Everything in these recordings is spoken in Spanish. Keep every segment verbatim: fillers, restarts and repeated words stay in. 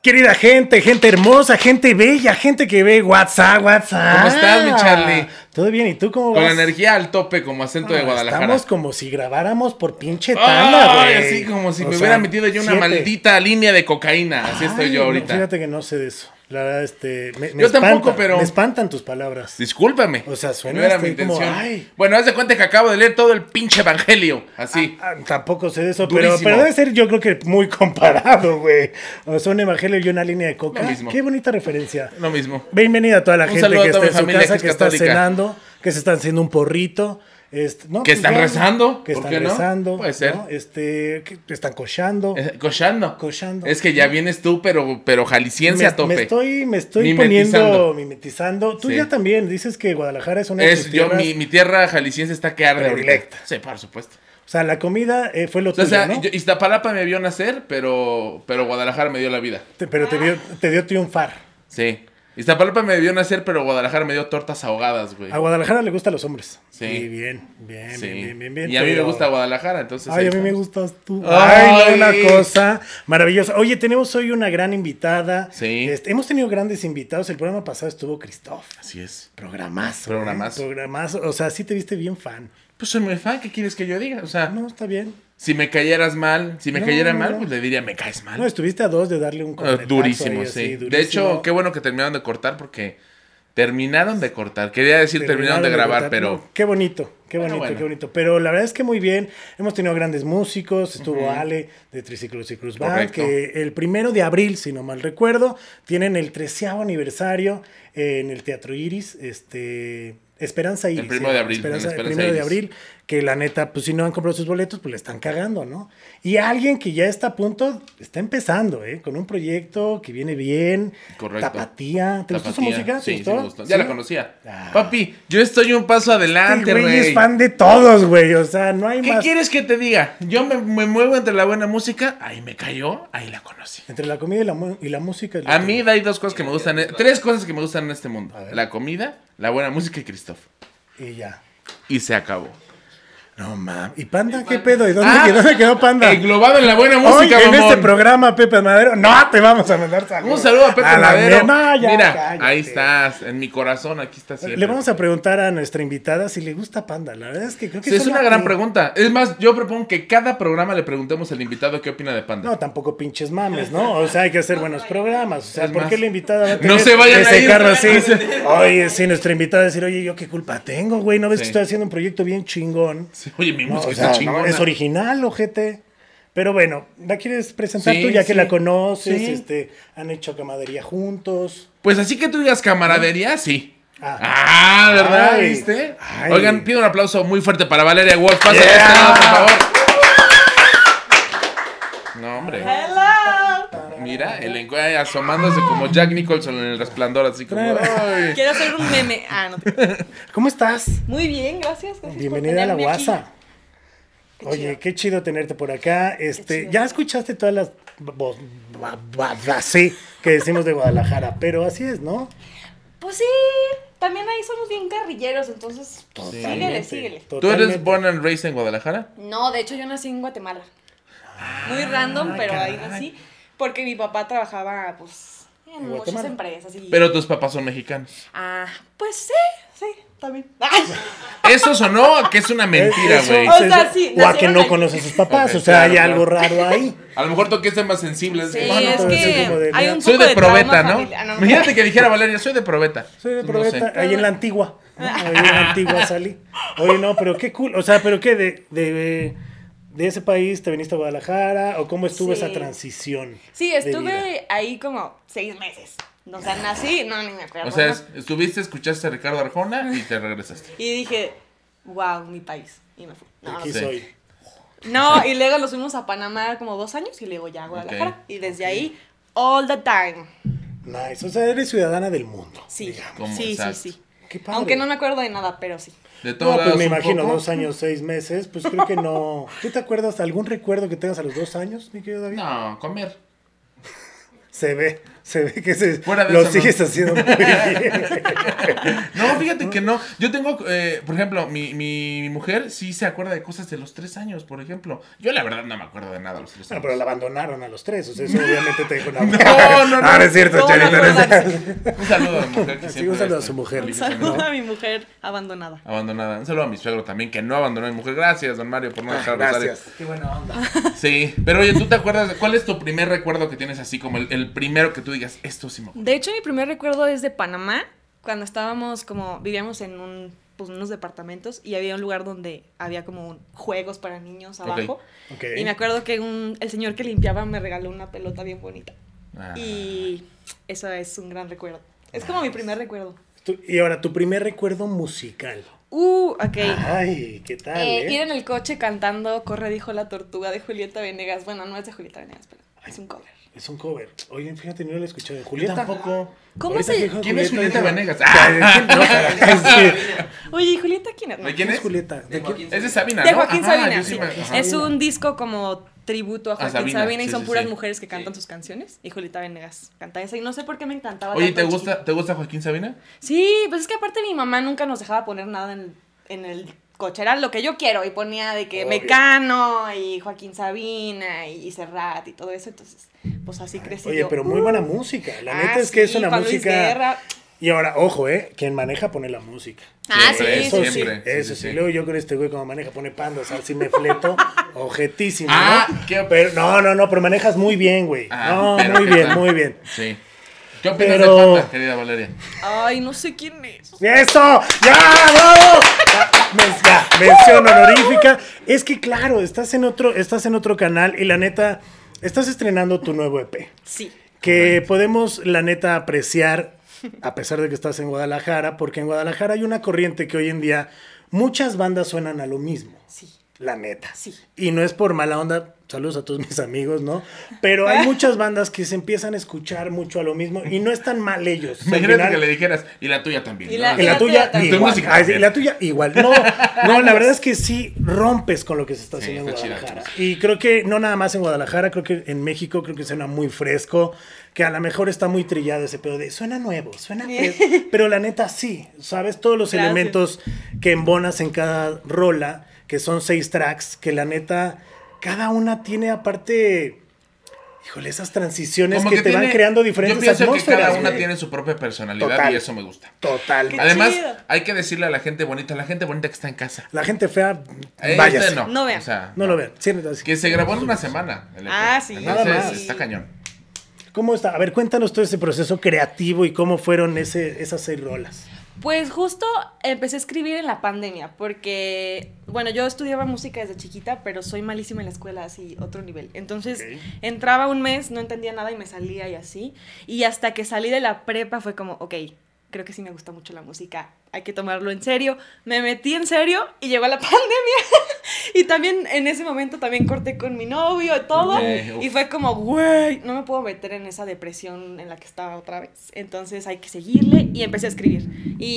Querida gente, gente hermosa, gente bella, gente que ve WhatsApp, WhatsApp. ¿Cómo estás, mi Charlie? Todo bien, ¿y tú cómo Con vas? la energía al tope, como acento de Ah, Guadalajara. Estamos como si grabáramos por pinche tanda, Ay, güey. así como si O me sea, hubiera metido yo una siete. maldita línea de cocaína. Así estoy Ay, yo no, ahorita. fíjate que no sé de eso. La verdad, este, me, me Yo espanta, tampoco, pero- me espantan tus palabras. Discúlpame. O sea, suena No era este mi como, intención. ay. Bueno, haz de cuenta que acabo de leer todo el pinche evangelio. Así. Ah, tampoco sé de eso, pero, Durísimo. pero debe ser yo creo que muy comparado, güey. O sea, un evangelio y una línea de coca. Lo mismo. Qué bonita referencia. Lo mismo. Bienvenida a toda la Un gente saludo que a toda está en mi su familia casa, que es que está católica. cenando, que se están haciendo un porrito. Este, no, ¿Que pues están ya, rezando? Que ¿Por están qué no? rezando. Puede ser. ¿no? Este, que están cochando. Eh, Cochando. Cochando. Es que ya vienes tú, pero, pero jalisciense me, a tope. me estoy, me estoy Mimetizando. poniendo, mimetizando. Tú Sí. ya también dices que Guadalajara es una de tus Es, yo, tierras. mi, mi tierra jalisciense está que arde ahorita. Predilecta. Sí, por supuesto. O sea, la comida eh, fue lo O sea, tuyo, ¿no? yo- Iztapalapa me vio nacer, pero, pero Guadalajara me dio la vida. Te- pero te dio, te dio triunfar. Sí. Iztapalapa me vio nacer, pero Guadalajara me dio tortas ahogadas, güey. A Guadalajara le gustan los hombres. Sí. Sí, bien, bien, Sí. bien, bien, bien, bien. Y a mí me pero- gusta Guadalajara, entonces. Ay, ahí a mí me estamos. gustas tú. Ay. Ay, no, una cosa maravillosa. Oye, tenemos hoy una gran invitada. Sí. Este, hemos tenido grandes invitados. El programa pasado estuvo Christoph. Así es. Programazo. Programazo. ¿eh? Programazo. O sea, sí te viste bien fan. Pues soy muy fan, ¿qué quieres que yo diga? O sea, No, está bien. si me cayeras mal, si me No, cayera no, mal, no. pues le diría, me caes mal. No, estuviste a dos de darle un Ah, cornetazo durísimo, ahí, sí. así, De durísimo. hecho, qué bueno que terminaron de cortar porque terminaron de cortar. Quería decir terminaron, de grabar, cortar. pero... No, qué bonito, qué Bueno, bonito, bueno. qué bonito. Pero la verdad es que muy bien. Hemos tenido grandes músicos. Estuvo Ale de Triciclos y Cruz Band, Correcto. que el primero de abril, si no mal recuerdo, tienen el treceavo aniversario eh, en el Teatro Iris. Este. Esperanza Iris. El primero sí, de abril, Esperanza, en el Esperanza primero de Iris. abril, que la neta, pues si no han comprado sus boletos, pues le están cagando, ¿no? Y alguien que ya está a punto, está empezando, ¿eh? Con un proyecto que viene bien. Correcto. Tapatía. ¿Te gustó su Tapatía. música? ¿Te Sí, sí gustó? me gustó. Ya ¿Sí? la conocía. Ah. Papi, yo estoy un paso adelante, Este güey güey. es fan de todos, güey. O sea, no hay ¿Qué más. quieres que te diga? Yo me, me muevo entre la buena música, ahí me cayó, ahí la conocí. Entre la comida y la, mu- y la música. es lo A que- mí hay dos cosas que me gustan, tres cosas que me gustan en este mundo. A ver. La comida, la buena música y Christoph. Y ya. Y se acabó. No mames. ¿Y Panda qué pedo? ¿Y dónde, Ah, quedó, dónde quedó Panda? Englobado en la buena Hoy música, en mamón. este programa, Pepe Madero, no te vamos a mandar saludos. Un saludo a Pepe la Madero. mierda. No, ya, Mira, cállate. ahí estás, en mi corazón, aquí está siempre. Le vamos a preguntar a nuestra invitada si le gusta Panda. La verdad es que creo que Sí, es solo una a gran ti. pregunta. Es más, yo propongo que cada programa le preguntemos al invitado qué opina de Panda. No, tampoco pinches mames, ¿no? O sea, hay que hacer buenos programas. O sea, Es ¿por más, qué la invitada va a no tener se vayan a ese ir. carro así? Oye, sí, nuestra invitada va a decir, oye, ¿yo qué culpa tengo, güey? ¿No ves Sí. que estoy haciendo un proyecto bien chingón? Sí, oye, mi No, música o sea, está no, chingona. es original, ojete. Pero bueno, ¿la quieres presentar Sí, tú ya que sí. la conoces? Sí. Este, han hecho camaradería juntos. Pues así que tú digas camaradería, sí. Ah. Ah, ¿verdad? Ay. ¿Viste? Ay. Oigan, pido un aplauso muy fuerte para Valeria Wolf. Pásale Yeah. a este lado, por favor. No, hombre. Hello. Mira, el lenguaje asomándose como Jack Nicholson en El Resplandor, así como... ay. Quiero hacer un meme. Ah, no. ¿Cómo estás? Muy bien, gracias. gracias Bienvenida a la por tenerme aquí. guasa. Qué Oye, chido. qué chido tenerte por acá. Este, chido. ya escuchaste todas las voz- ba- ba- ba- sí, que decimos de Guadalajara, pero así es, ¿no? Pues sí, también ahí somos bien carrilleros, entonces síguele, síguele. ¿Tú Totalmente. eres born and raised en Guadalajara? No, de hecho yo nací en Guatemala. Muy random, pero ahí caray. nací. Porque mi papá trabajaba, pues, en ¿En muchas Guatemala? empresas. Y... Pero tus papás son mexicanos. Ah, pues sí, sí, también. Ay. Eso sonó a que es una mentira, Eso- güey. O sea, sí, o a que nacieron no aquí. conoce a sus papás, Ok, o sea, claro, hay claro. algo raro ahí. A lo mejor toqué temas sensibles. Sí, Bueno, es todo eso que como de- hay un Soy poco de de probeta, trauma ¿no? familiar. Ah, no. Imagínate que dijera Valeria, soy de probeta. Soy de Pues no probeta, sé. ahí en la antigua. ¿no? Ahí en la antigua salí. Oye, no, pero qué cool. O sea, pero qué de, de, de ese país te viniste a Guadalajara o cómo estuvo Sí. esa transición. Sí, de vida? estuve ahí como seis meses. O sea, nací, no, ni me acuerdo. O sea, ¿no? es- estuviste, escuchaste a Ricardo Arjona y te regresaste. Y dije, wow, mi país. Y me fui. No, no, Aquí Sí. soy. no, y luego nos fuimos a Panamá como dos años y luego ya a Guadalajara. Ok. Y desde ahí, all the time. Nice. O sea, eres ciudadana del mundo. Sí, digamos. Como sí, sí, exacto. sí. Qué padre. Aunque no me acuerdo de nada, pero sí. De No, todos pues lados me un imagino, poco. dos años, seis meses, pues creo que no. ¿Tú te acuerdas de algún recuerdo que tengas a los dos años, mi querido David? No, comer. Se ve, Se ve que se, Fuera de lo eso, sigues no. haciendo muy bien. No, fíjate que no. Yo tengo, eh, por ejemplo, mi, mi, mi mujer sí se acuerda de cosas de los tres años, por ejemplo. Yo la verdad no me acuerdo de nada a los tres No, años. pero la abandonaron a los tres, o sea, eso obviamente te dijo una... No, no, no. Ah, no es cierto, ¿Cómo Charito, no no es acordarse? cierto. Un saludo a mi mujer que Sí, siempre un saludo a está su mujer. Un feliz, saludo ¿no? a mi mujer abandonada. Abandonada. Un saludo a mi suegro también, que no abandonó a mi mujer. Gracias, don Mario, por no Ah, dejar Rosario. gracias. Qué buena onda. Sí, pero oye, ¿tú te acuerdas de cuál es tu primer recuerdo que tienes así como el, el primero que tú digas, esto sí me acuerdo? De hecho, mi primer recuerdo es de Panamá, cuando estábamos como, vivíamos en un, pues, unos departamentos y había un lugar donde había como un- juegos para niños abajo. Ok. Y me acuerdo que un, el señor que limpiaba me regaló una pelota bien bonita. Ah. Y eso es un gran recuerdo. Es como mi primer recuerdo. Tu- Y ahora, tu primer recuerdo musical. Uh, ok. Ay, ¿qué tal, Eh, eh? ir en el coche cantando Corre dijo la tortuga de Julieta Venegas. Bueno, no es de Julieta Venegas, pero es un cover. Es un cover. Oye, fíjate, no lo he escuchado. Yo Julieta. tampoco. ¿Cómo Ahorita se que dijo ¿Quién es Julieta dijo- Venegas? Ah, no, sí. Oye, ¿y Julieta quién es? No. ¿De quién ¿Quién es es? Julieta? ¿De quién? Es de Sabina, De ¿no? Joaquín Ajá, Sabina, yo sí sí. me- ajá. Es un disco como tributo a Joaquín Sabina, Sabina, y sí, son sí, puras sí. mujeres que cantan sus canciones. Y Julieta Venegas canta esa. Y no sé por qué me encantaba. Oye, tanto ¿te de gusta, chiquita. ¿te gusta Joaquín Sabina? Sí, pues es que aparte mi mamá nunca nos dejaba poner nada en, en el coche. Era lo que yo quiero. Y ponía de que Obvio. Mecano y Joaquín Sabina y Serrat y todo eso. Entonces, pues así crecí Oye, yo. pero muy buena música. La Ah, neta es que es sí, una Juan Luis música... Guerra. Y ahora, ojo, ¿eh? Quien maneja pone la música. Ah, Siempre, sí, Eso sí, sí, siempre. Sí, eso sí, sí. sí. Luego yo con este güey como maneja pone pandas, así me fleto, objetísimo, Ah, ¿no? qué- Pero, no, no, no, pero manejas muy bien, güey. Ah, no, pero muy ¿qué bien, tal? muy bien. Sí. ¿Qué opinas Pero- de Panda, querida Valeria? Ay, no sé quién es. ¡Eso! ¡Ya, bravo! Men- ya, mención honorífica. Es que claro, estás en otro, estás en otro canal y la neta, estás estrenando tu nuevo E P. Sí. Que podemos, la neta, apreciar, a pesar de que estás en Guadalajara, porque en Guadalajara hay una corriente que hoy en día muchas bandas suenan a lo mismo. Sí. La neta. Sí. Y no es por mala onda, saludos a todos mis amigos, ¿no? Pero hay muchas bandas que se empiezan a escuchar mucho a lo mismo y no están mal ellos. Al Imagínate final- que le dijeras, y la tuya también. Y ¿no? la- y la la tuya tuya también. igual. Tu música Ah, sí, también. y la tuya igual. No, no, la verdad es que sí rompes con lo que se está Sí, haciendo en está chida, Guadalajara. está Y creo que no nada más en Guadalajara, creo que en México creo que suena muy fresco, que a lo mejor está muy trillado ese pedo de suena nuevo, suena fresco. Pero la neta sí, ¿sabes? Todos los Gracias. elementos que embonas en cada rola, que son seis tracks, que la neta, cada una tiene aparte... Híjole, esas transiciones Como que, te tiene- van creando diferentes Yo pienso que atmósferas. cada una güey. tiene su propia personalidad Total. y eso me gusta. Total. Qué Además, chido. hay que decirle a la gente bonita, a la gente bonita que está en casa. La gente fea, Eh, vaya. usted no. No vean. O sea, No lo vean. Siéntate así. Que se grabó en una semana. el E P. Ah, sí. Entonces, Nada más. está cañón. ¿Cómo está? A ver, cuéntanos todo ese proceso creativo y cómo fueron ese, esas seis rolas. Pues justo empecé a escribir en la pandemia, porque, bueno, yo estudiaba música desde chiquita, pero soy malísima en la escuela, así, otro nivel. Entonces, Ok. entraba un mes, no entendía nada y me salía y así. Y hasta que salí de la prepa fue como, ok, creo que sí me gusta mucho la música, hay que tomarlo en serio. Me metí en serio y llegó la pandemia. Y también en ese momento también corté con mi novio y todo. Ok, uf. Y fue como, güey, no me puedo meter en esa depresión en la que estaba otra vez. Entonces hay que seguirle y empecé a escribir.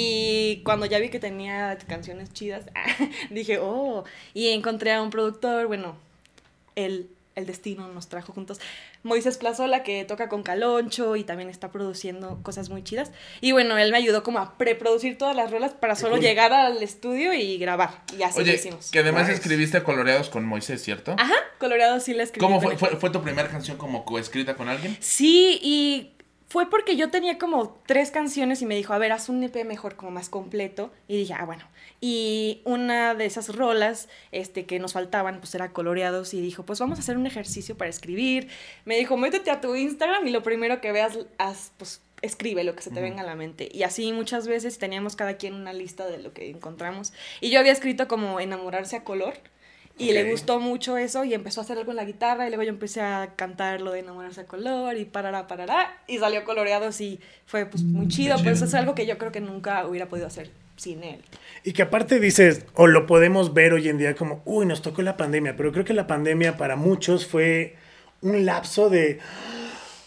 Y cuando ya vi que tenía canciones chidas, dije, oh, y encontré a un productor, bueno, el, el destino nos trajo juntos. Moisés Plazola, que toca con Caloncho y también está produciendo cosas muy chidas. Y bueno, él me ayudó como a preproducir todas las rolas para solo cool. llegar al estudio y grabar. Y así lo Oye, hicimos. que además Nice. escribiste Coloreados con Moisés, ¿cierto? Ajá, Colorado sí la escribí. ¿Cómo con fue, él. fue? ¿Fue tu primera canción como coescrita con alguien? Sí, y fue porque yo tenía como tres canciones y me dijo, a ver, haz un E P mejor, como más completo. Y dije, ah, bueno. Y una de esas rolas este, que nos faltaban, pues era Coloreados. Y dijo, pues vamos a hacer un ejercicio para escribir. Me dijo, métete a tu Instagram y lo primero que veas, haz, pues escribe lo que se te Ujú. venga a la mente. Y así muchas veces teníamos cada quien una lista de lo que encontramos. Y yo había escrito como enamorarse a color. Y Ok. le gustó mucho eso y empezó a hacer algo en la guitarra y luego yo empecé a cantar lo de enamorarse a color y parará, parará y salió Coloreados y fue pues muy chido, Qué pues chido. es algo que yo creo que nunca hubiera podido hacer sin él. Y que aparte dices, o lo podemos ver hoy en día como, uy, nos tocó la pandemia, pero creo que la pandemia para muchos fue un lapso de,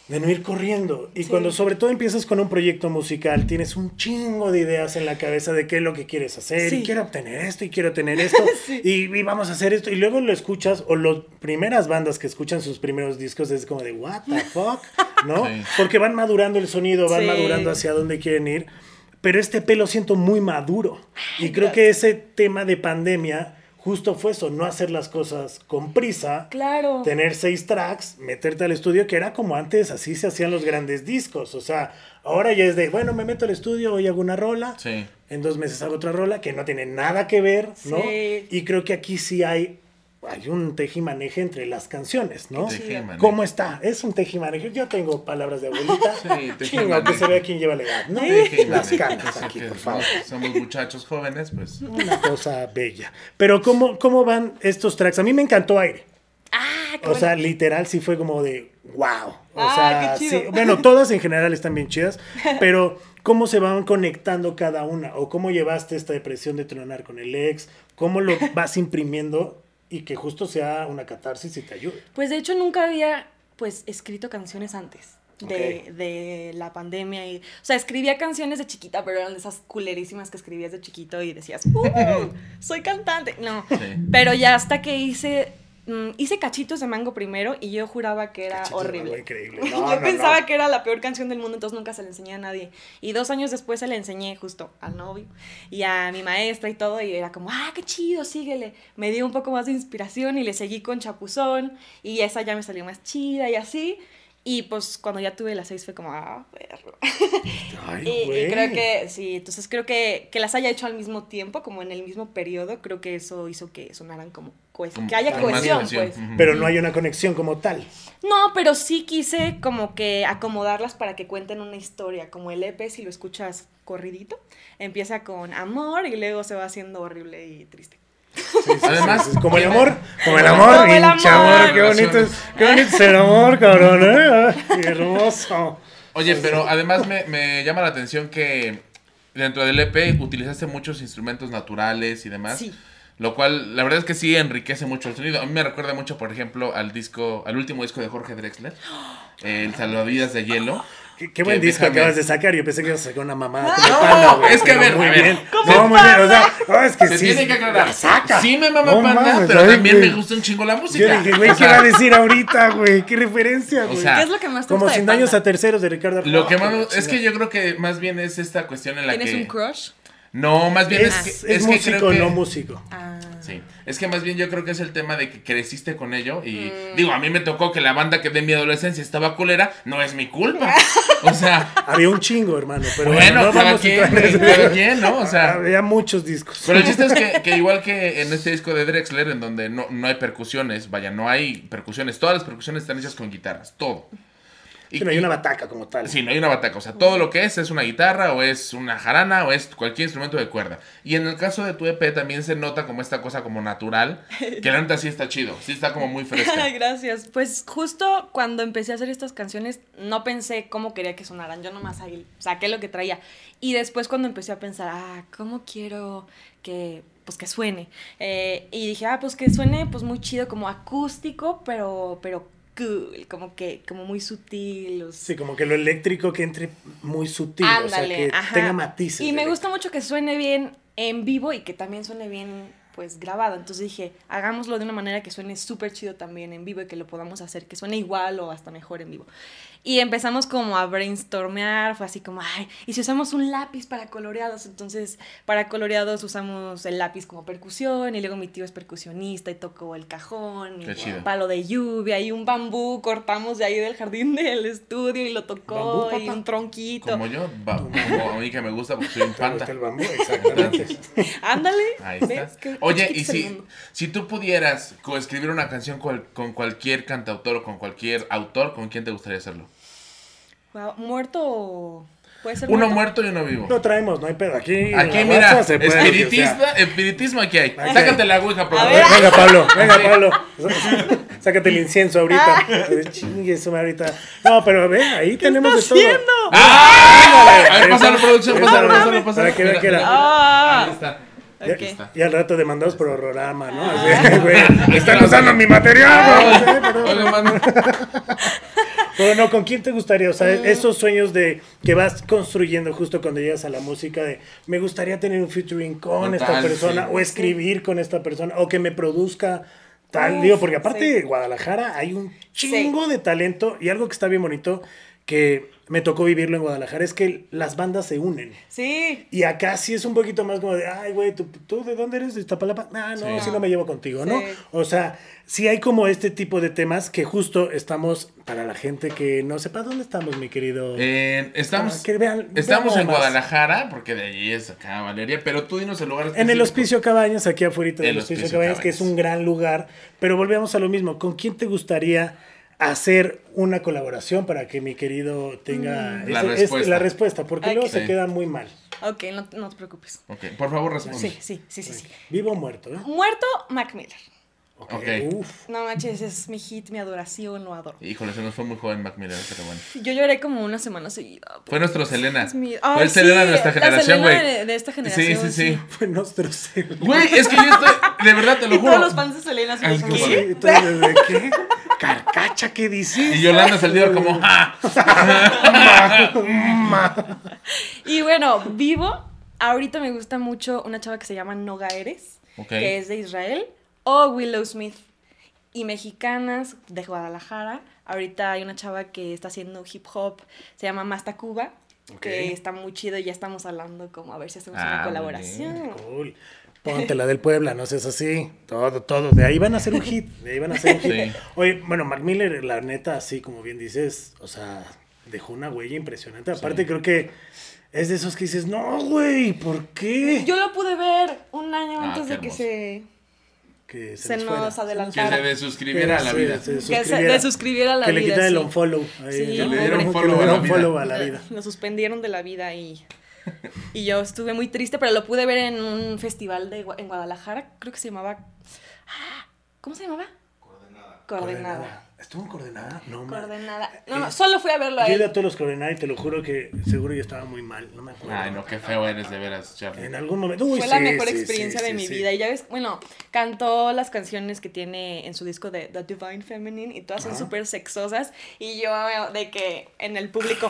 de no ir corriendo. Y Sí. cuando sobre todo empiezas con un proyecto musical, tienes un chingo de ideas en la cabeza de qué es lo que quieres hacer. Sí. Y quiero obtener esto, y quiero tener esto, Sí. y, y vamos a hacer esto. Y luego lo escuchas, o las primeras bandas que escuchan sus primeros discos es como de, what the fuck, ¿no? Sí. Porque van madurando el sonido, van Sí. madurando hacia dónde quieren ir. Pero este P lo siento muy maduro. Y Ay, creo gracias. que ese tema de pandemia justo fue eso, no hacer las cosas con prisa. Claro. Tener seis tracks, meterte al estudio, que era como antes, así se hacían los grandes discos. O sea, ahora ya es de, bueno, me meto al estudio, hoy hago una rola, Sí. en dos meses hago otra rola, que no tiene nada que ver, ¿no? Sí. Y creo que aquí sí hay, hay un tejimaneje entre las canciones, ¿no? Qué tejimaneje. ¿Cómo está? Es un tejimaneje. Yo tengo palabras de abuelita. Sí, Chingo, tejimaneje. que se vea quién lleva la edad, ¿no? Sí, Las sí, canas pues, aquí, que por favor. no, somos muchachos jóvenes, pues. Una cosa bella. Pero ¿cómo, cómo van estos tracks? A mí me encantó Aire. Ah, qué O sea, bueno. literal sí fue como de wow. O Ah, sea, qué chido. sí, bueno, todas en general están bien chidas, pero ¿cómo se van conectando cada una? ¿O cómo llevaste esta depresión de tronar con el ex? ¿Cómo lo vas imprimiendo y que justo sea una catarsis y te ayude? Pues de hecho nunca había pues escrito canciones antes de, Ok. de la pandemia. Y, o sea, escribía canciones de chiquita, pero eran de esas culerísimas que escribías de chiquito y decías, ¡uh! Soy cantante. No, Sí. pero ya hasta que hice, mm, hice Cachitos de Mango primero y yo juraba que era Cachitos de horrible. Mango, increíble. yo No, no, pensaba no. que era la peor canción del mundo, entonces nunca se la enseñé a nadie. Y dos años después se la enseñé justo al novio y a mi maestra y todo, y era como, ah, qué chido, síguele. Me dio un poco más de inspiración y le seguí con Chapuzón, y esa ya me salió más chida y así. Y pues cuando ya tuve las seis fue como, ah, perro. Ay, Y, y güey. creo que, sí, entonces creo que, que las haya hecho al mismo tiempo, como en el mismo periodo, creo que eso hizo que sonaran como, cohes- Como- que haya con más cohesión, cohesión. pues. Ujú. Pero no hay una conexión como tal. No, pero sí quise como que acomodarlas para que cuenten una historia, como el E P, si lo escuchas corridito, empieza con amor y luego se va haciendo horrible y triste. Sí, sí, Además, sí, sí. como el tiene- amor, como el amor, Como el hincha amor. amor, qué bonito es, qué bonito es el amor, cabrón, ¿eh? Ay, qué hermoso. Oye, pero además me, me llama la atención que dentro del E P utilizaste muchos instrumentos naturales y demás. Sí. Lo cual, la verdad es que sí enriquece mucho el sonido. A mí me recuerda mucho, por ejemplo, al disco, al último disco de Jorge Drexler, El Salvavidas de Hielo. Qué, qué buen Que disco déjame- acabas de sacar. Yo pensé que ibas a sacar una mamada Ah. como No, Panda, güey. es que a pero ver, muy a ver. bien. ¿Cómo No, muy bien. O sea, no, es que Se sí. tiene que aclarar. la saca. Sí me mama No Panda, mames, pero ay, también güey. me gusta un chingo la Yo música. dije, güey, O ¿qué sea, va a decir ahorita, güey? ¿Qué referencia, O güey? sea, ¿Qué es lo que más te Como gusta de Sin Daños Panda? a Terceros de Ricardo Arjona. Lo que más, Chinga. es que yo creo que más bien es esta cuestión en la ¿Tienes que... un crush? No, más bien es, Es, que, es es que músico, creo que... no músico. Ah. Sí, es que más bien yo creo que es el tema de que creciste con ello y Mm. digo, a mí me tocó que la banda que de mi adolescencia estaba culera, no es mi culpa. O sea, Había un chingo, hermano. Pero bueno, bueno, no cada vamos a quien, entrar en eso. cada quien, ¿no? O sea, Había muchos discos. pero el chiste es que, que igual que en este disco de Drexler, en donde no, no hay percusiones, vaya, no hay percusiones, todas las percusiones están hechas con guitarras, todo. Y, Sí, no hay una bataca como tal. Sí, no hay una bataca, o sea, todo lo que es es una guitarra o es una jarana o es cualquier instrumento de cuerda. Y en el caso de tu E P también se nota como esta cosa como natural, que la neta sí está chido, sí está como muy fresca. Gracias. Pues justo cuando empecé a hacer estas canciones no pensé cómo quería que sonaran. Yo nomás ahí saqué lo que traía. Y después cuando empecé a pensar, ah, ¿cómo quiero que, pues, que suene? Eh, y dije, ah, pues que suene pues muy chido, como acústico, pero, pero cool, como que, como muy sutil. o sea, Sí, como que lo eléctrico que entre muy sutil, ándale, o sea, que ajá. tenga matices. Y me de gusta mucho que suene bien en vivo y que también suene bien, pues, grabado. Entonces dije, hagámoslo de una manera que suene súper chido también en vivo y que lo podamos hacer, que suene igual o hasta mejor en vivo. Y empezamos como a brainstormear, fue así como, ay, ¿y si usamos un lápiz para coloreados? Entonces, para coloreados usamos el lápiz como percusión, y luego mi tío es percusionista y tocó el cajón, y Qué chido. palo de lluvia, y un bambú cortamos de ahí del jardín del estudio y lo tocó, ¿Bambú, y papá? un tronquito. Como yo, va- como a mí que me gusta porque soy un ¿Te panda. gusta el bambú? Exactamente. Ándale. Ahí ¿ves? estás. Qué- qué Oye, chiquito y es el si, mundo. si tú pudieras coescribir una canción cual- con cualquier cantautor o con cualquier autor, ¿con quién te gustaría hacerlo? Wow, ¿muerto o puede ser Uno muerto y uno vivo. Lo traemos, no hay pedo. Aquí, Aquí, la mira, raza se puede, espiritista, o sea. espiritismo aquí hay. Aquí Sácate la ouija, por A favor. ver. Venga, Pablo, venga, Pablo. Sácate el incienso ahorita. Chingue eso ahorita. No, pero ve, ahí tenemos de todo. haciendo? ¡Ah! A ver, pásalo, producción, Ahí pásalo, está. pásalo, pásalo. Para que vean que era. Ah. Ahí está. Ya- Ok. está. Y al rato demandados por horrorama, ¿no? Así, güey, están usando mi material, güey. Oiga, mano. Pero no, ¿con quién te gustaría? O sea, Mm. esos sueños de que vas construyendo justo cuando llegas a la música de me gustaría tener un featuring con Total, esta persona sí. o escribir con esta persona o que me produzca tal, Uf, digo, porque aparte sí. de Guadalajara hay un chingo de talento y algo que está bien bonito que me tocó vivirlo en Guadalajara es que las bandas se unen. Sí. Y acá sí es un poquito más como de, ay, güey, ¿tú, ¿tú de dónde eres? ¿De Iztapalapa? Ah, no, Sí. sí no me llevo contigo, ¿no? Sí. O sea, sí hay como este tipo de temas que justo estamos, para la gente que no sepa, ¿dónde estamos, mi querido? Eh, estamos Ah, que vean- estamos vean en nada más. Guadalajara, porque de allí es acá, Valeria, pero tú dinos el lugar En el específico. Hospicio Cabañas, aquí afuera del El Hospicio Hospicio Cabañas, que es Cabañas. un gran lugar. Pero volvemos a lo mismo. ¿Con quién te gustaría hacer una colaboración para que mi querido tenga La ese- es respuesta. la respuesta? Porque Ay, luego que- se queda muy mal. Ok, no, no te preocupes. Ok, por favor, responde. Sí, sí, sí, sí, sí. Vivo o muerto, ¿eh? Muerto, Mac Miller. Ok. Ok. Uf. No manches, es mi hit, mi adoración, lo adoro. Híjole, se nos fue muy joven Mac Miller, pero bueno. Yo lloré como una semana seguida. Fue nuestro Selena. Es mi- Fue Ay, el Selena sí, de nuestra la generación, Selena güey. de- de esta generación, Sí, sí, sí. sí. Fue nuestro cel. Güey, es que yo estoy. De verdad, te lo Y juro. todos los fans de Selena se Ay, dicen, qué Sí, ¿qué? entonces, ¿de qué? Carcacha, ¿qué dices? Y Yolanda Saldívar como, ¡ah! Y bueno, vivo. Ahorita me gusta mucho una chava que se llama Noga Eres, Ok. que es de Israel, o Willow Smith. Y mexicanas de Guadalajara. Ahorita hay una chava que está haciendo hip hop, se llama Masta Cuba, Ok. que está muy chido y ya estamos hablando como a ver si hacemos Ah, una muy colaboración. Cool. Ponte la del Puebla, no seas así. Todo, todo. De ahí van a hacer un hit. De ahí van a hacer un hit. Sí. Oye, bueno, Mac Miller, la neta, así como bien dices, o sea, dejó una huella impresionante. Aparte, creo que es de esos que dices, no, güey, ¿por qué? Yo lo pude ver un año Ah, antes qué de que hermoso. se... Que Se nos nos fuera. Que adelantara. se desuscribiera a la Sí, vida. se Que se suscribiera. desuscribiera a la Que le vida, quitaran el sí. unfollow. Ahí, Sí, que le le dieron dieron follow follow, a la un vida. follow a la vida. Lo suspendieron de la vida y, y yo estuve muy triste, pero lo pude ver en un festival de, Gua- en Guadalajara, creo que se llamaba... ah, ¿Cómo se llamaba? Coordenada. Coordenada. ¿Estuvo en coordenada? No, man. Coordenada. No, no, Es- solo fui a verlo a Yo he ido él. a todos los coordenadas y te lo juro que seguro yo estaba muy mal. No me acuerdo. Ay, no, qué feo eres de veras, Charlie. En algún momento. Uy, Fue la sí, mejor sí, experiencia sí, de sí, mi sí. vida. Y ya ves, bueno, cantó las canciones que tiene en su disco de The Divine Feminine y todas son Ajá. súper sexosas. Y yo de que en el público,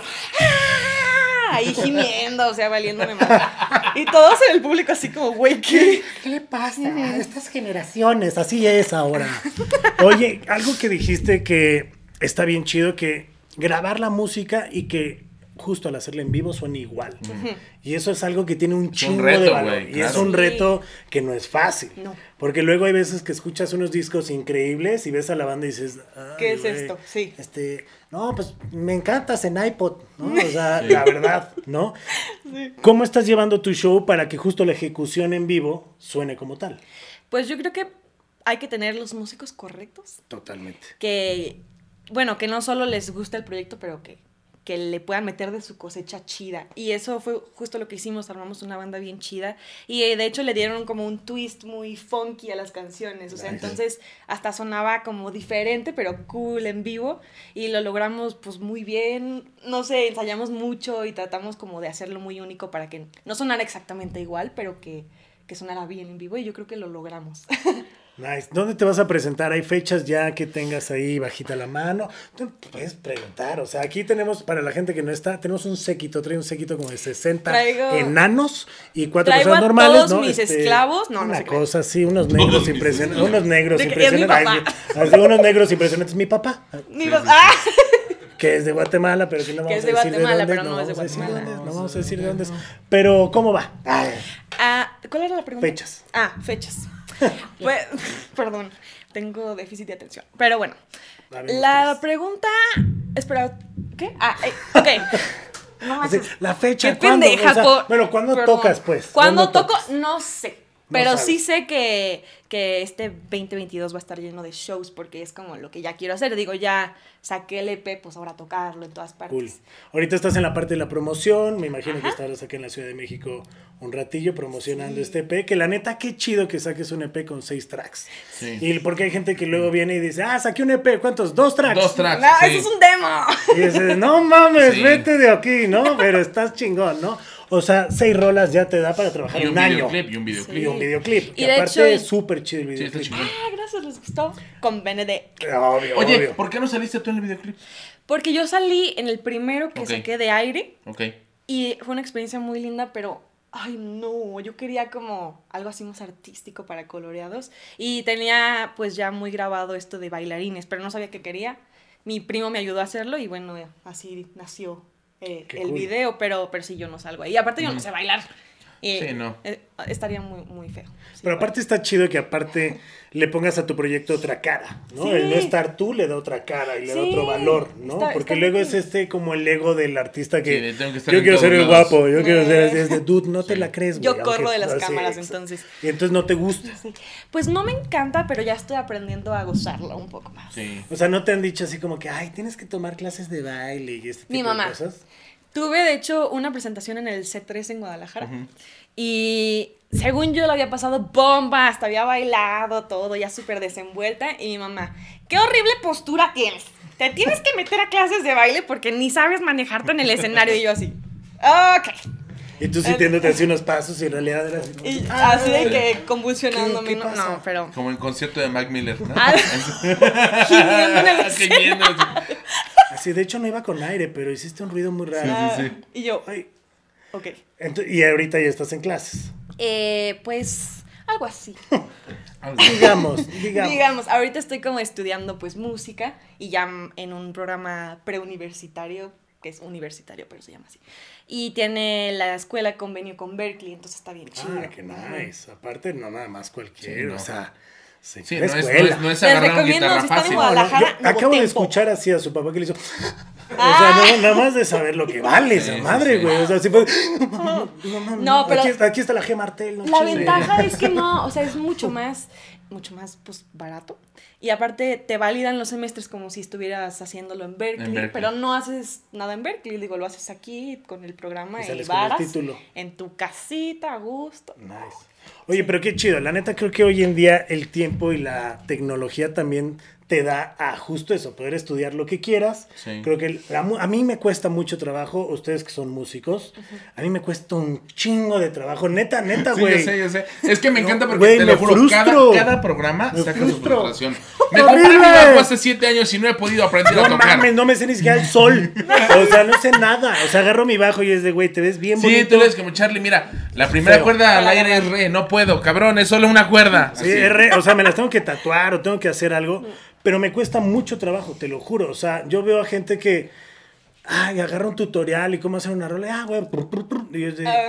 ¡ah! Ahí gimiendo, o sea, valiéndome mal. Y todos en el público así como, güey, ¿qué? ¿Qué le pasa a estas generaciones? Así es ahora. Oye, algo que dijiste que está bien chido, que grabar la música y que justo al hacerla en vivo suene igual. Y eso es algo que tiene un un chingo reto, de valor. güey, Y es claro. un Sí. reto que no es fácil. No. Porque luego hay veces que escuchas unos discos increíbles y ves a la banda y dices, "Ay, ¿Qué es güey, esto? Sí. Este, no, pues me encantas en iPod, ¿no? O sea, la verdad, ¿no? ¿Cómo estás llevando tu show para que justo la ejecución en vivo suene como tal? Pues yo creo que hay que tener los músicos correctos. Totalmente. Que, bueno, que no solo les gusta el proyecto, pero que, que le puedan meter de su cosecha chida. Y eso fue justo lo que hicimos, armamos una banda bien chida. Y eh, de hecho le dieron como un twist muy funky a las canciones. O sea, Nice. entonces hasta sonaba como diferente, pero cool en vivo. Y lo logramos pues muy bien. No sé, ensayamos mucho y tratamos como de hacerlo muy único para que no sonara exactamente igual, pero que, que sonara bien en vivo. Y yo creo que lo logramos. Nice. ¿Dónde te vas a presentar? ¿Hay fechas ya que tengas ahí bajita la mano? Tú puedes preguntar. O sea, aquí tenemos, para la gente que no está, tenemos un séquito, trae un séquito como de sesenta Traigo- enanos y cuatro Traigo personas a normales, todos ¿no? mis esclavos. No, no una se crean. cosa así, unos negros Todos mis impresionantes. esclavos. Unos negros De que es mi impresionantes. papá. Ay, así, unos negros impresionantes. Mi papá, Ni los- ¡Ah! que es de Guatemala, pero que no Que vamos es a de decir de Guatemala, dónde. pero no es de vamos a decir Guatemala. dónde, no vamos a decir de dónde es. Pero, ¿cómo va? Ay, Ah, ¿cuál era la pregunta? Fechas. Ah, fechas. Pues, perdón, tengo déficit de atención. Pero bueno, Habemos la tres. pregunta... Espera, ¿qué? Ah, eh, ok. No Así, manches. la fecha, Qué ¿cuándo? pendeja, O sea, por- bueno, ¿cuándo perdón. tocas, pues? ¿Cuándo ¿Cuándo toco? tocas? No sé. No Pero sabes. sí sé que, que este veinte veintidós va a estar lleno de shows porque es como lo que ya quiero hacer. Digo, ya saqué el E P, pues ahora tocarlo en todas partes. Cool. Ahorita estás en la parte de la promoción, me imagino que Ajá. estarás aquí en la Ciudad de México un ratillo promocionando Sí. este E P, que la neta, qué chido que saques un E P con seis tracks. Sí. Y porque hay gente que luego viene y dice, ah, saqué un E P, ¿cuántos? Dos tracks. Dos tracks. No, sí. eso es un demo. Y dices, no mames, Sí. vete de aquí, ¿no? Pero estás chingón, ¿no? O sea, seis rolas ya te da para trabajar Y un un año. videoclip, y un videoclip. Y un videoclip. Y Que de aparte hecho- es súper chido el Sí, está videoclip. chingón. Ah, gracias, ¿les gustó? Con Benedict. Obvio, Oye, obvio. ¿por qué no saliste tú en el videoclip? Porque yo salí en el primero que Ok. saqué de aire Ok. y fue una experiencia muy linda, pero ay no, yo quería como algo así más artístico para coloreados y tenía pues ya muy grabado esto de bailarines, pero no sabía qué quería. Mi primo me ayudó a hacerlo y bueno, así nació eh, Qué el cool. video, pero, pero sí yo no salgo ahí. Y aparte yo no sé bailar. Y, Sí, no. eh, estaría muy, muy feo. Sí, Pero aparte está chido que aparte le pongas a tu proyecto otra cara, ¿no? Sí. El no estar tú le da otra cara y le da Sí, otro valor, ¿no? está- Porque está luego muy es cool. este como el ego del artista que Sí, de tengo que estar yo en quiero ser todos el lados. guapo, yo quiero ser Eh. así, este dude, no te la crees, güey. Yo corro aunque- de las así, cámaras, exacto. entonces. Y entonces no te gusta. Sí. Pues no me encanta, pero ya estoy aprendiendo a gozarlo un poco más. Sí. O sea, no te han dicho así como que, ay, tienes que tomar clases de baile y este tipo Mi mamá. de cosas. Tuve, de hecho, una presentación en el C tres en Guadalajara. Y según yo lo había pasado bomba, hasta había bailado todo, ya súper desenvuelta. Y mi mamá, qué horrible postura tienes. Te tienes que meter a clases de baile porque ni sabes manejarte en el escenario. Y yo así, ok. Y tú sintiéndote así unos pasos y en realidad era así como, Y "Ah, así de que convulsionándome. ¿Qué- qué no, pasa? no, pero Como el concierto de Mac Miller, ¿no? Ah, gimiendo en el Gimiendo, sí. Así, de hecho no iba con aire, pero hiciste un ruido muy raro. Ah, sí. Y yo, Ay, ok. ento- y ahorita ya estás en clases. Eh, pues algo así. Algo así. Digamos, digamos. Digamos, ahorita estoy como estudiando pues música y ya m- en un programa preuniversitario, que es universitario, pero se llama así. Y tiene la escuela convenio con Berkeley, entonces está bien chido. Ah, qué nice. Aparte, no nada más cualquiera, Sí, no. o sea, se Sí, fue no es, no escuela. es, no es Les agarrar una recomiendo, guitarra si están en fácil. Guadalajara, No, yo Nuevo acabo de Tempo. escuchar así a su papá que le hizo. O Ah. sea, no, nada más de saber lo que vale esa Sí, sí, madre, sí. güey. O sea, así fue. No, no, No, pero- Aquí, está- aquí está la G Martel. No La chingues. ventaja es que no, o sea, es mucho más, mucho más, pues, barato. Y aparte te validan los semestres como si estuvieras haciéndolo en Berkeley, En Berkeley. pero no haces nada en Berkeley, digo, lo haces aquí con el programa Y y, sales con el varas título. en tu casita, a gusto. Nice. Oye, pero qué chido. La neta, creo que hoy en día el tiempo y la tecnología también te da a justo eso, poder estudiar lo que quieras. Sí. Creo que la mu- a mí me cuesta mucho trabajo, ustedes que son músicos, a mí me cuesta un chingo de trabajo. Neta, neta, Sí, güey. yo sé, yo sé. Es que me No, encanta porque güey, te me lo juro, frustro. cada, cada programa Me saca su frustro. frustración. Me compré mi ¡Horrible! bajo hace siete años y no he podido aprender a No tocar. mames, no me sé ni siquiera el sol. O sea, no sé nada. O sea, agarro mi bajo y es de, güey, te ves bien Sí, bonito. tú eres como Charlie, mira, la primera Feo. cuerda al aire es re, no puedo, cabrón, es solo una cuerda. Sí, Así. es re- o sea, me las tengo que tatuar o tengo que hacer algo, pero me cuesta mucho trabajo, te lo juro. O sea, yo veo a gente que, ay, agarra un tutorial y cómo hacer una rola, ah, güey, prr, prr, prr, y es de, Ah.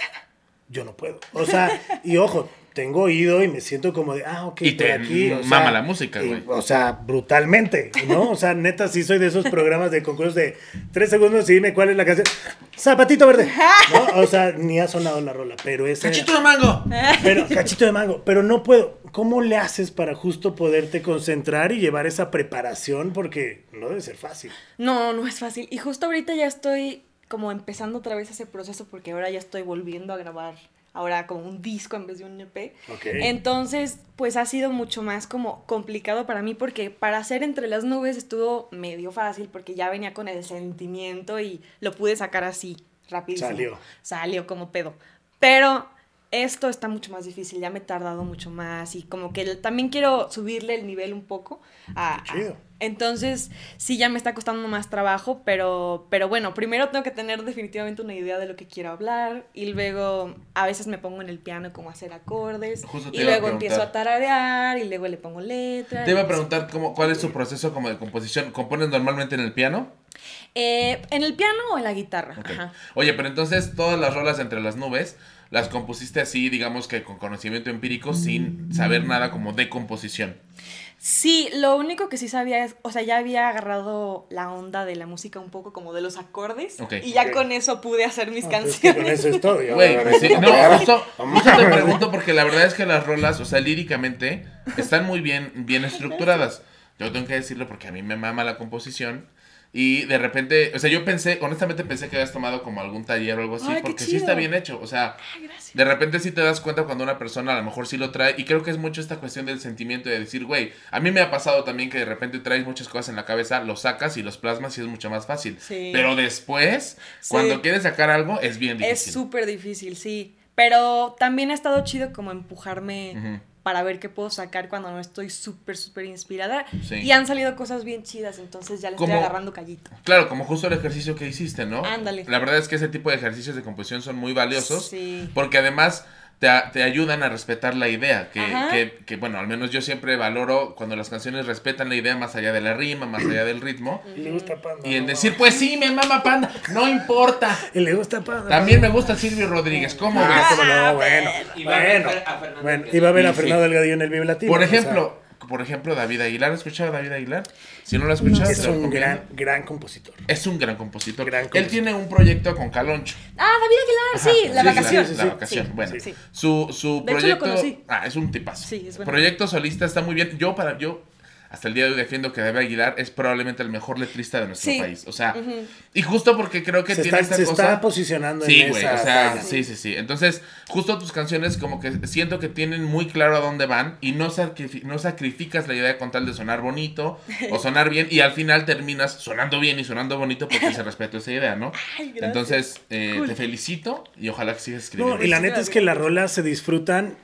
yo no puedo. O sea, y ojo, tengo oído y me siento como de, ah, ok, Y por te aquí. O mama sea, la música, y- güey. O sea, brutalmente, ¿no? O sea, neta, sí soy de esos programas de concursos de tres segundos y dime cuál es la canción. Zapatito verde. ¿No? O sea, ni ha sonado la rola, pero ese... ¡Cachito de mango! Pero, cachito de mango, pero no puedo. ¿Cómo le haces para justo poderte concentrar y llevar esa preparación? Porque no debe ser fácil. No, no es fácil. Y justo ahorita ya estoy como empezando otra vez ese proceso porque ahora ya estoy volviendo a grabar ahora como un disco en vez de un E P. Ok. Entonces, pues ha sido mucho más como complicado para mí porque para hacer Entre las Nubes estuvo medio fácil porque ya venía con el sentimiento y lo pude sacar así, rapidísimo. Salió. Salió como pedo. Pero esto está mucho más difícil, ya me he tardado mucho más y como que el- también quiero subirle el nivel un poco. A, Qué chido. a- entonces, sí, ya me está costando más trabajo, pero, pero bueno, primero tengo que tener definitivamente una idea de lo que quiero hablar y luego a veces me pongo en el piano como a hacer acordes Justo te y iba a luego preguntar. empiezo a tararear y luego le pongo letra. Te iba a y- preguntar cómo, cuál es tu proceso como de composición. ¿Compones normalmente en el piano? Eh, ¿En el piano o en la guitarra? Ok. Ajá. Oye, pero entonces todas las rolas Entre las Nubes las compusiste así, digamos que con conocimiento empírico, sin saber nada como de composición. Sí, lo único que sí sabía es, o sea, ya había agarrado la onda de la música un poco como de los acordes Ok. y ya Ok. con eso pude hacer mis Ah, pues es que canciones. con eso es todo. Ya Güey, va a pues sí, ver. no, justo, justo te pregunto porque la verdad es que las rolas, o sea, líricamente, están muy bien, bien estructuradas. Yo tengo que decirlo porque a mí me mama la composición Y de repente, o sea, yo pensé, honestamente pensé que habías tomado como algún taller o algo así, Ay, qué porque sí chido. está bien hecho. O sea, Ay, gracias. de repente sí te das cuenta cuando una persona a lo mejor sí lo trae. Y creo que es mucho esta cuestión del sentimiento de decir, güey, a mí me ha pasado también que de repente traes muchas cosas en la cabeza, los sacas y los plasmas y es mucho más fácil. Sí. Pero después, Sí. cuando quieres sacar algo, es bien difícil. Es súper difícil, sí. Pero también ha estado chido como empujarme Ujú. para ver qué puedo sacar cuando no estoy súper, súper inspirada. Sí. Y han salido cosas bien chidas, entonces ya le estoy Como- agarrando callito. Claro, como justo el ejercicio que hiciste, ¿no? Ándale. La verdad es que ese tipo de ejercicios de composición son muy valiosos. Sí. Porque además te, a- te ayudan a respetar la idea. Que, Ajá. que, que, bueno, al menos yo siempre valoro cuando las canciones respetan la idea más allá de la rima, más allá del ritmo. Y le gusta Panda. Y en no, decir, pues sí, me mama Panda, no importa. Y le gusta Panda. También me gusta Silvio Rodríguez, ¿cómo Ah, ves? cómo no, bueno. Y va a ver Bueno, a Fernando bueno, Delgadillo. iba a ver a Sí, Fernando sí. Delgadillo en el Vive Latino. Por o sea, ejemplo, por ejemplo, David Aguilar. ¿Has escuchado a David Aguilar? Si no lo has escuchado, es te lo un recomiendo. gran, gran compositor. Es un gran compositor. Gran Él compositor. tiene un proyecto con Caloncho. Ah, David Aguilar, sí, la Sí, vacación. sí, sí, sí, la vacación. sí, bueno, sí. su, su De hecho, lo proyecto. conocí. Ah, es un tipazo. Sí, es bueno. Proyecto solista está muy bien. Yo, para yo, hasta el día de hoy defiendo que David Aguilar es probablemente el mejor letrista de nuestro Sí. país. O sea, Ujú. y justo porque creo que Se tiene está, esta se cosa. está posicionando Sí, en güey, esa o sea, talla. sí, sí, sí. Entonces, justo tus canciones como que siento que tienen muy claro a dónde van y no, sacrifi- no sacrificas la idea con tal de sonar bonito o sonar bien y al final terminas sonando bien y sonando bonito porque se respetó esa idea, ¿no? Ay, gracias. Entonces, eh, Cool. te felicito y ojalá que sigas escribiendo. No, y la Sí, neta es que las rolas se disfrutan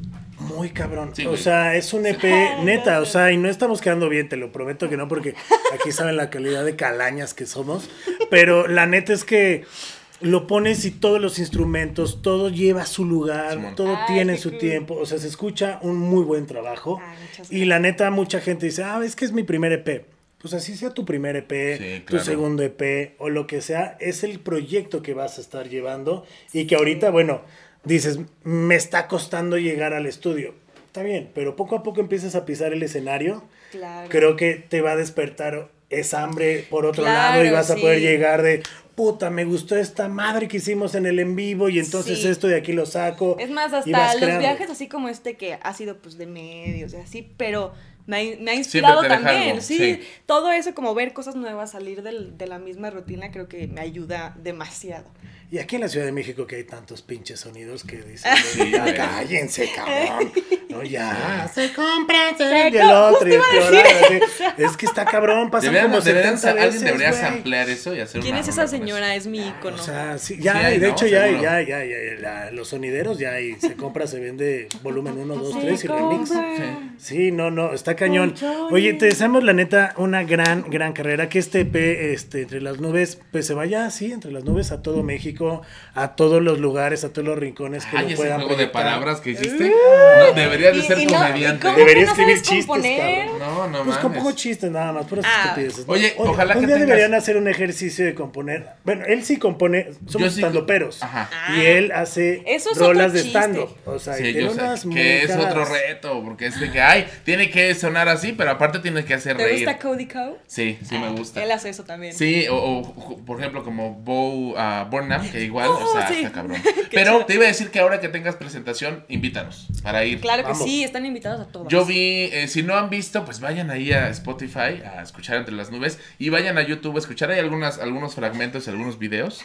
muy cabrón. Sí, o güey. sea, es un E P Ay, neta, o gracias. sea, y no estamos quedando bien, te lo prometo que no, porque aquí saben la calidad de calañas que somos. Pero la neta es que lo pones y todos los instrumentos, todo lleva su lugar, Simón. todo Ay, tiene qué su cool. tiempo. O sea, se escucha un muy buen trabajo. Ay, muchas Y la neta, mucha gente dice, ah, es que es mi primer E P. Pues así sea tu primer E P, Sí, tu claro. segundo E P o lo que sea, es el proyecto que vas a estar llevando y que ahorita, bueno, dices, me está costando llegar al estudio. Está bien, pero poco a poco empiezas a pisar el escenario. Claro. Creo que te va a despertar esa hambre por otro Claro, lado y vas a sí. poder llegar de, puta, me gustó esta madre que hicimos en el en vivo y entonces Sí. esto de aquí lo saco. Es más, y hasta vas los creando. viajes así como este que ha sido pues de medios y así, pero me ha, me ha inspirado te deja también. algo, sí, sí. todo eso como ver cosas nuevas, salir del- de la misma rutina, creo que me ayuda demasiado. Y aquí en la Ciudad de México que hay tantos pinches sonidos que dicen, Sí, ya güey. cállense, cabrón. No, ya, se compra, se Se vende co- el otro. justo y iba a explorar, así. Es que está cabrón, pasan Deberían- como deberían- setenta veces, alguien debería güey. samplear eso y hacer ¿Quién una es rola esa con eso. señora? Es mi ícono. O sea, sí, ya Sí hay, hay, de ¿no? hecho ya hay, Seguro. ya hay, ya hay, ya hay. La- los sonideros ya hay, se compra, se vende volumen uno, dos, Se tres y remix. compra. Sí, no, no, está cañón. Colchones. Oye, te deseamos la neta una gran, gran carrera, que este E P, este, Entre las Nubes, pues se vaya así, entre las nubes a todo México, a todos los lugares, a todos los rincones que Ay, lo ese puedan juego de proyectar. palabras que hiciste. No, deberías de Y- ser y no- comediante. ¿cómo Debería que no escribir sabes chistes, componer? cabrón. No, no Pues mames. compongo chistes nada más, puras Ah. estupideces. ¿no? Oye, ojalá un que día tengas- deberían hacer un ejercicio de componer. Bueno, él sí compone, somos sí- estandoperos. Ajá. Y él hace Eso es rolas otro de chiste. stand-up. O sea, y Sí, tiene yo sé unas muy que es otro cagadas. reto, porque es de que, ay, tiene que sonar así, pero aparte tiene que hacer ¿Te reír. gusta Cody Cow? Sí, sí me gusta. Él hace eso también. Sí, o, o, por ejemplo como Bo uh, Burnham, que igual, Oh, o sea, sí. está cabrón. Qué Pero chido. te iba a decir que ahora que tengas presentación, invítanos para ir. Claro que Vamos. sí, están invitados a todos. Yo vi, eh, si no han visto, pues vayan ahí a Spotify a escuchar Entre las Nubes y vayan a YouTube a escuchar ahí algunas, algunos fragmentos, algunos videos.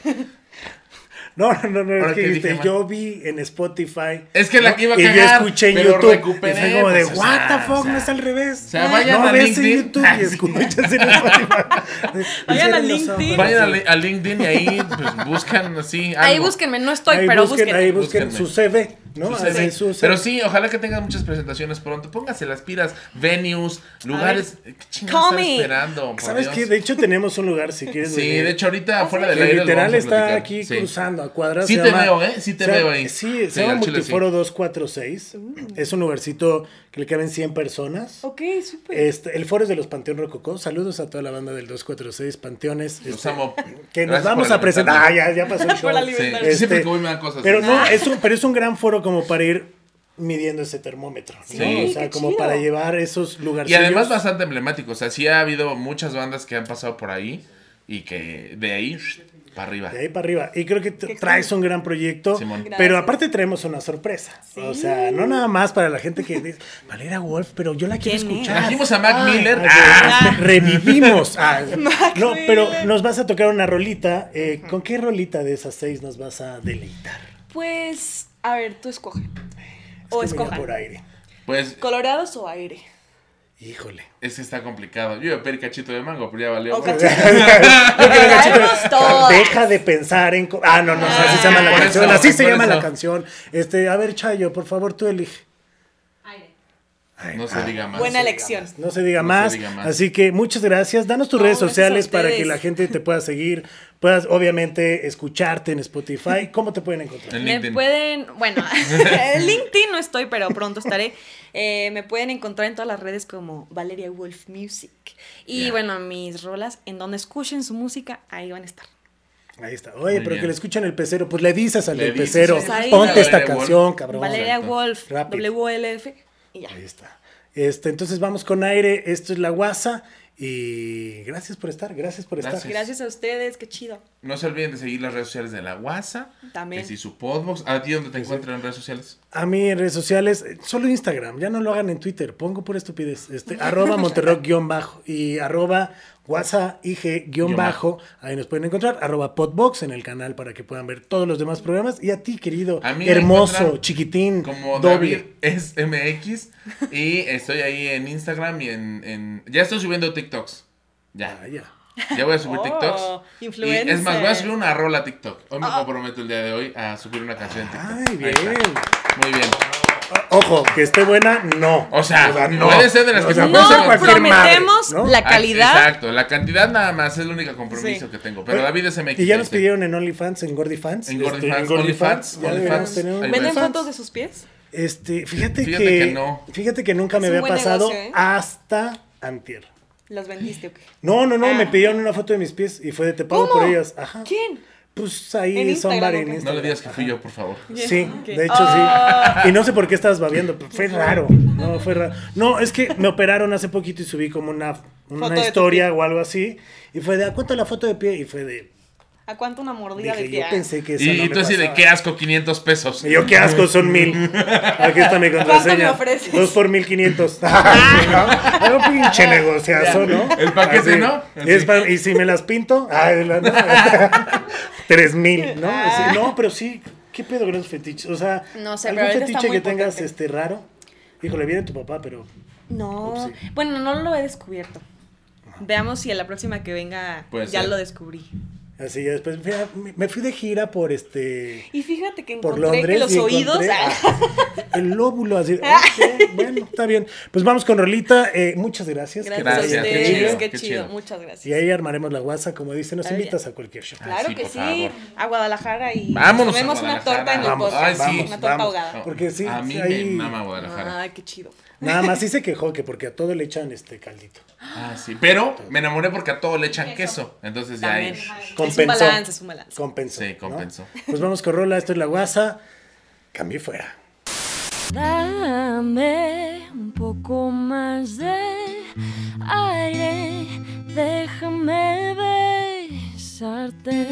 No, no, no, no, ¿Ahora es que qué dijiste, dije, man? yo vi en Spotify. Es que la ¿no? que iba a Y yo cagar, escuché en pero YouTube. recuperé, y fue como de, pues, o what sea, the fuck, o sea, no es al revés. o sea, vayan no a ves en LinkedIn. YouTube y escuchas en Spotify. Vayan a Hicieron los LinkedIn. ojos Vayan a, así. li- a LinkedIn y ahí pues buscan así algo. Ahí búsquenme, no estoy, Ahí pero busquen, busquen. ahí busquen Búsquenme. su C V, ¿no? Su Hacen C V. su C V. Pero sí, ojalá que tengan muchas presentaciones pronto. Pónganse las pilas, venues, lugares. ¿Qué chingados Call están me. esperando? Por ¿Sabes Dios? qué? De hecho, tenemos un lugar, si quieres Sí, venir, de hecho, ahorita fuera del que aire. lo literal vamos a está platicar. aquí Sí. cruzando a cuadras. Sí se te llama- veo, ¿eh? Sí te se llama- veo ahí. Sí, Sí, se llama al chile sí. Multiforo doscientos cuarenta y seis. Es un lugarcito que le caben cien personas. Ok, súper. Este, el foro es de los Panteón Rococó. Saludos a toda la banda del doscientos cuarenta y seis Panteones. Los este, amo. que nos Gracias vamos por a presentar. Ah, alimentarme. ya, ya pasó el show. Por Sí, alimentarme. Este, siempre que voy me dan cosas. Pero no, es un, pero es un gran foro como para ir midiendo ese termómetro, ¿no? Sí, O sea, qué como chido. para llevar esos lugares. Y además bastante emblemático. O sea, sí ha habido muchas bandas que han pasado por ahí y que de ahí para arriba. De ahí para arriba. Y creo que t- traes un gran proyecto. Simón. Pero Gracias. aparte traemos una sorpresa. Sí. O sea, no nada más para la gente que dice, Valeria Wolf, pero yo la quiero ¿Quién es? escuchar. Trajimos a Mac Ay, Miller. ay, ¡Ah! Revivimos. Ah, Mac no, Miller. pero nos vas a tocar una rolita. Eh, ¿Con qué rolita de esas seis nos vas a deleitar? Pues, a ver, tú escoge. O Es que venía escojan. por aire. Pues ¿Colorados o aire? Híjole. ese está complicado. Yo iba a pedir cachito de mango, pero ya valió. O Bueno, cachito. Traemos Traemos todas. Deja de pensar en... co- Ah, no, no, así se llama la por canción. eso, así se por llama la eso. canción. Este, a ver, Chayo, por favor, tú elige. Aire. Ay, No se ah, diga más. Buena no se elección. diga más, No se diga, No se más. diga más. Así que muchas gracias. Danos tus No, redes gracias sociales a para que ustedes. la gente te pueda seguir. Puedas, obviamente, escucharte en Spotify. ¿Cómo te pueden encontrar? En Me LinkedIn. pueden, bueno, en LinkedIn no estoy, pero pronto estaré. Eh, me pueden encontrar en todas las redes como Valeria Wolf Music. Y Ya. bueno, mis rolas, en donde escuchen su música, ahí van a estar. Ahí está. Oye, Muy pero bien. que le escuchen el pecero. Pues le dices al Le del dices, pecero. pues ahí. Ponte esta Valeria Wolf. canción, cabrón. Valeria exacto. Wolf, Rápido. W L F, y ya. Ahí está. Este, entonces vamos con aire. Esto es La Guasa. Y gracias por estar. Gracias por Gracias. estar. Gracias a ustedes, qué chido. No se olviden de seguir las redes sociales de la WhatsApp. También. Que si su podbox. ¿A ti dónde te encuentran en redes sociales? A mí en redes sociales, eh, solo Instagram, ya no lo hagan en Twitter, pongo por estupidez, este, arroba Monterrock guión bajo y arroba WhatsApp I G guión bajo, ahí nos pueden encontrar, arroba Podbox en el canal para que puedan ver todos los demás programas y a ti querido, A mí me hermoso, encuentran chiquitín, Como doble. David es M X. Y estoy ahí en Instagram y en, en- ya estoy subiendo TikToks. Ya. Ah, ya. Ya voy a subir Oh, TikToks. Y influencer. es más, voy a subir una rola a TikTok. Hoy me Ah. comprometo el día de hoy a subir una canción en TikTok. Ay, Ahí bien. está. Muy bien. O- Ojo, que esté buena, no. O sea, puede ser de las O que sea, no puede ser No cualquier madre, prometemos ¿no? la Ah, calidad. Exacto, la cantidad nada más es el único compromiso Sí. que tengo. Pero David es M X. Y ya ahí nos está. pidieron en OnlyFans, en GordyFans. En este, GordyFans, GordyFans, OnlyFans, ya OnlyFans, deberíamos tener un ahí ¿Venden OnlyFans. fotos de sus pies? Este, fíjate, Fíjate que, que no. Fíjate que nunca me Es un había buen pasado negocio, ¿eh? hasta antier. ¿Las vendiste o qué? No, no, no, Ah. me pidieron una foto de mis pies y fue de te pago ¿Cómo? por ellas. Ajá. ¿Quién? Pues ahí ¿En son Instagram varios o en qué? No Instagram. le digas que fui yo, por favor. Sí, Ok. de hecho Ah. sí. Y no sé por qué estabas babeando, pero fue raro. No, fue raro. No, es que me operaron hace poquito y subí como una, una Foto de tu historia pie. o algo así. Y fue de, ¿a cuánto la foto de pie? Y fue de, ¿A cuánto una mordida dije, de pie? yo pensé que eso Y, no y me tú así de pasaba. qué asco, quinientos pesos. Y yo, qué asco, son mil. Aquí está mi ¿Cuánto contraseña. me ofreces? Dos por mil quinientos. Algo pinche negociazo, ¿no? El paquete, Así. ¿no? Y, es pa- y si me las pinto, ay, la- no. Tres mil, ¿no? Así, no, pero sí, ¿qué pedo con esos fetiches? O sea, No sé, algún pero ahorita está fetiche muy que tengas potente. este raro. Híjole, viene tu papá, pero No, Upsi. bueno, no lo he descubierto. Veamos si a la próxima que venga Puede ya ser. lo descubrí. así ya después fui a- me fui de gira por este Y fíjate que por encontré Londres que los y oídos... encontré, ah, ah, el lóbulo así. Ok, bueno, está bien. Pues vamos con Rolita. Eh, muchas gracias. gracias, Gracias, a qué ustedes, chido, qué, qué chido, chido. muchas gracias. Y ahí armaremos la guasa, como dice, nos Está bien. invitas a cualquier show. Claro sí, que por sí, favor. a Guadalajara y Vámonos a comemos una Guadalajara. torta en el Vamos, podcast, ay, sí. una torta vamos. ahogada. Porque sí, A mí ahí- me mama Guadalajara. Ay, qué chido. Nada más sí se quejó que porque a todo le echan este caldito. Ah, sí. Pero me enamoré porque a todo le echan queso. Entonces ya También. ahí. Es un Compensó. balance, es un balance. Compensó. Sí, ¿no? compensó. Pues vamos con Rola, esto es la guasa. Cambié fuera. Dame un poco más de aire, déjame besarte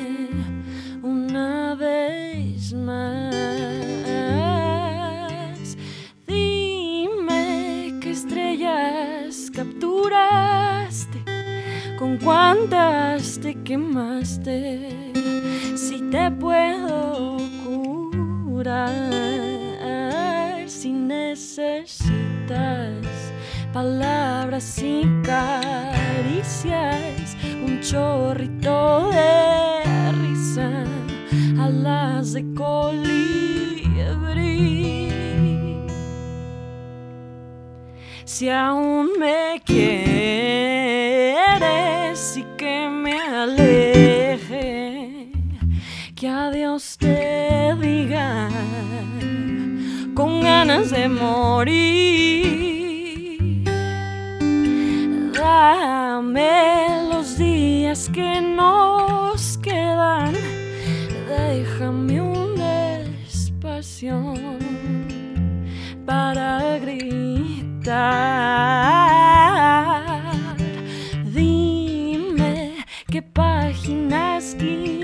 una vez más. Dime qué estrellas capturaste, con cuántas te quemaste, si te puedo curar, si necesitas palabras y caricias, un chorrito de risa, alas de colibrí. Si aún me quieres y que me aleje, que adiós te diga con ganas de morir. Dame los días que nos quedan, déjame un espacio para gritar. Dime qué páginas quieres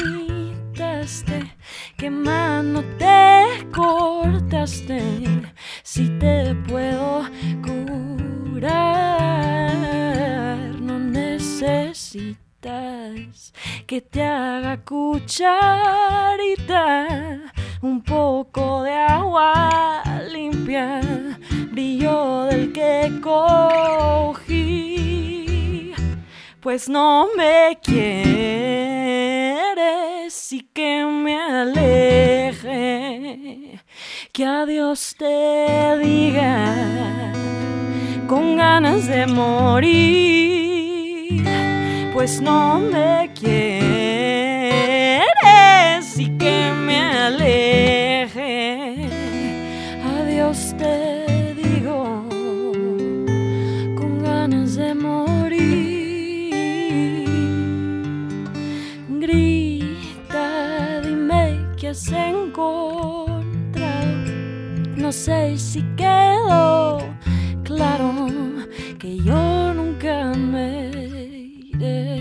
necesitas que te haga cucharita, un poco de agua limpia, brillo del que cogí, pues no me quieres y que me aleje, que adiós te diga con ganas de morir, pues no me quieres y que me aleje, adiós te digo con ganas de morir. Grita, dime qué has encontrado, no sé si quedó claro que yo nunca me iré.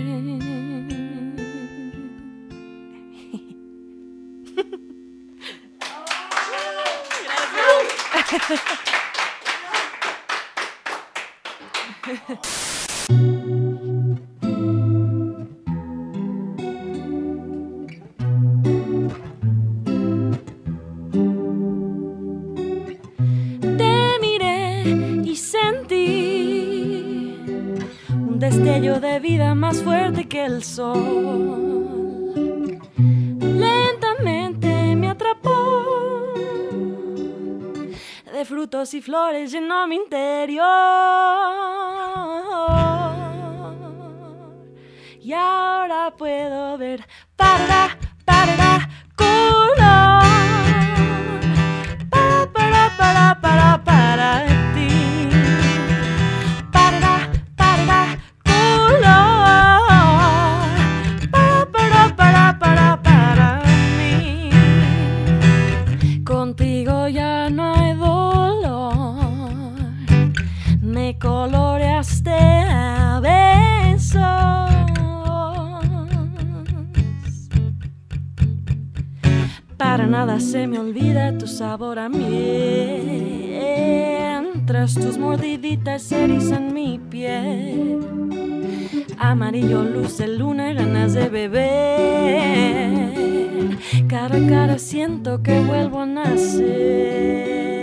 Destello de vida más fuerte que el sol, lentamente me atrapó, de frutos y flores llenó mi interior, y ahora puedo ver para, para, color, para, para, para, para, para ti. Contigo ya no hay dolor, me coloreaste a besos, para nada se me olvida tu sabor a mientras tus mordiditas erizan mi piel. Amarillo, luz de luna, ganas de beber, cara a cara siento que vuelvo a nacer.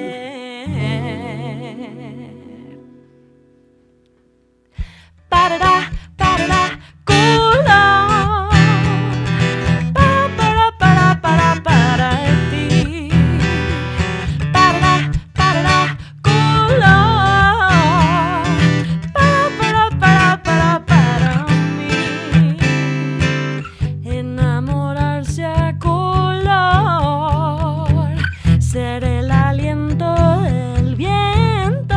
Parará, parará, color, pa, para, para, para, para ti. Parará, parará, color, pa, para, para, para, para mí. Enamorarse a color, ser el aliento del viento.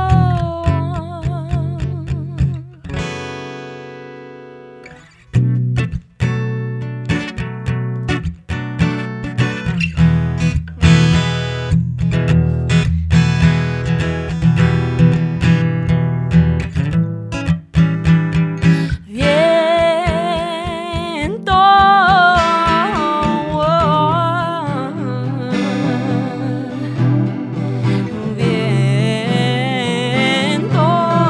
Viento, viento,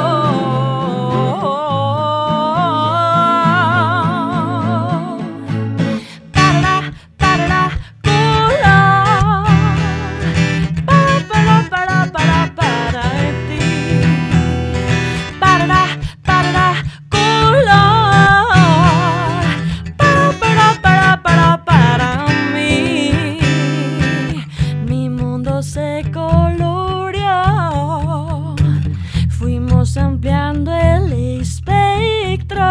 parará, parará, color, pa, para, para, para, para ti. Parará, parará, color, pa, para, para, para, para mí. Mi mundo se coloreó, fuimos ampliando el espectro.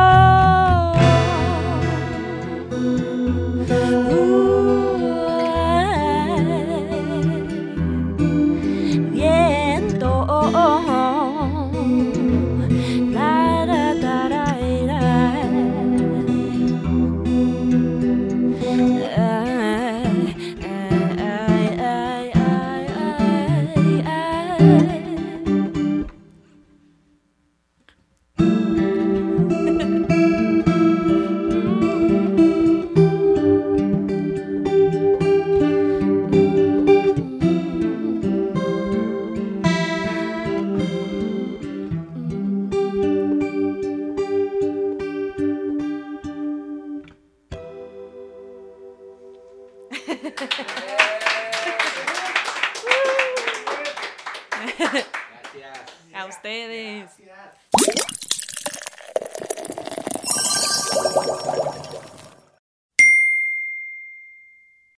Uh, viento, tara, tara, ira. Ay, ay, ay, ay, ay, ay. A ustedes. Gracias.